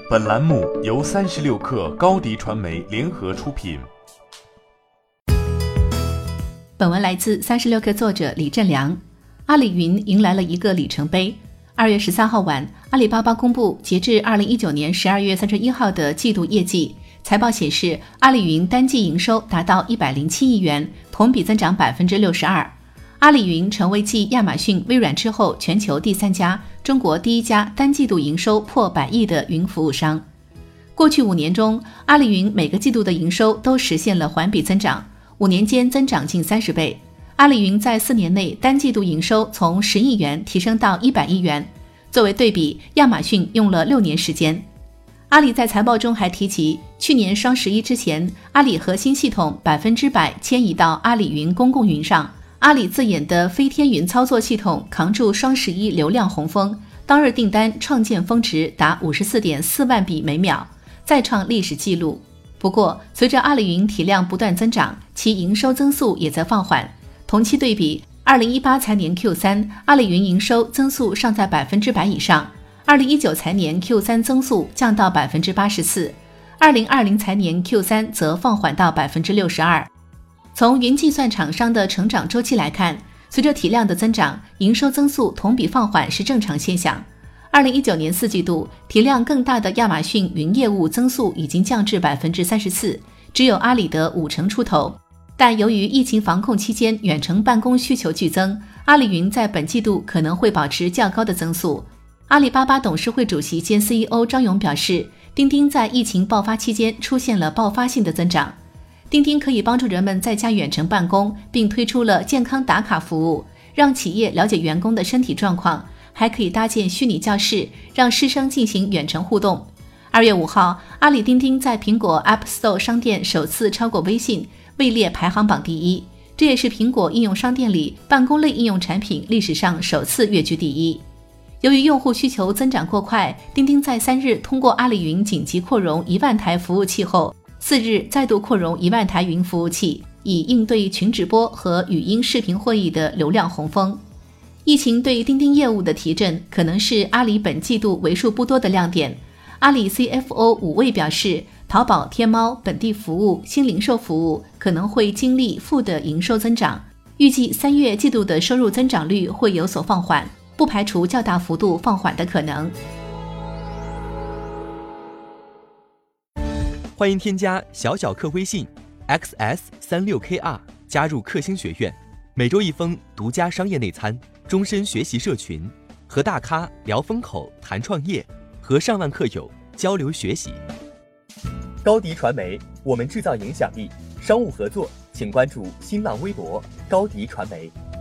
本栏目由36氪高迪传媒联合出品。 本文来自36氪作者李振良。阿里云迎来了一个里程碑。2月13号晚，阿里巴巴公布截至2019年12月31号的季度业绩。财报显示，阿里云单季营收达到107亿元，同比增长 62%。阿里云成为继亚马逊、微软之后全球第3家、中国第1家单季度营收破100亿的云服务商。过去5年中，阿里云每个季度的营收都实现了环比增长，5年间增长近30倍。阿里云在4年内单季度营收从10亿元提升到100亿元。作为对比，亚马逊用了6年时间。阿里在财报中还提及，去年双11之前，阿里核心系统100%迁移到阿里云公共云上。阿里自研的飞天云操作系统扛住双11流量洪峰，当日订单创建峰值达 54.4 万笔每秒，再创历史纪录。不过，随着阿里云体量不断增长，其营收增速也在放缓。同期对比，2018财年 Q3， 阿里云营收增速尚在 100% 以上，2019财年 Q3 增速降到 84%，2020 财年 Q3 则放缓到 62%。从云计算厂商的成长周期来看，随着体量的增长，营收增速同比放缓是正常现象。2019年4季度，体量更大的亚马逊云业务增速已经降至 34%， 只有阿里的50%出头。但由于疫情防控期间远程办公需求剧增，阿里云在本季度可能会保持较高的增速。阿里巴巴董事会主席兼 CEO 张勇表示，钉钉在疫情爆发期间出现了爆发性的增长。钉钉可以帮助人们在家远程办公，并推出了健康打卡服务，让企业了解员工的身体状况，还可以搭建虚拟教室，让师生进行远程互动。2月5号，阿里钉钉在苹果 App Store 商店首次超过微信，位列排行榜第1，这也是苹果应用商店里办公类应用产品历史上首次跃居第1。由于用户需求增长过快，钉钉在3日通过阿里云紧急扩容1万台服务器后，4日再度扩容1万台云服务器，以应对群直播和语音视频会议的流量洪峰。疫情对钉钉业务的提振可能是阿里本季度为数不多的亮点。阿里 CFO 武卫表示，淘宝、天猫、本地服务、新零售服务可能会经历负的营收增长，预计3月季度的收入增长率会有所放缓，不排除较大幅度放缓的可能。 欢迎添加小小客微信 XS36KR 加入克星学院，每周1封独家商业内参，终身学习社群，和大咖聊风口谈创业，和上万客友交流学习。高迪传媒，我们制造影响力。商务合作请关注新浪微博高迪传媒。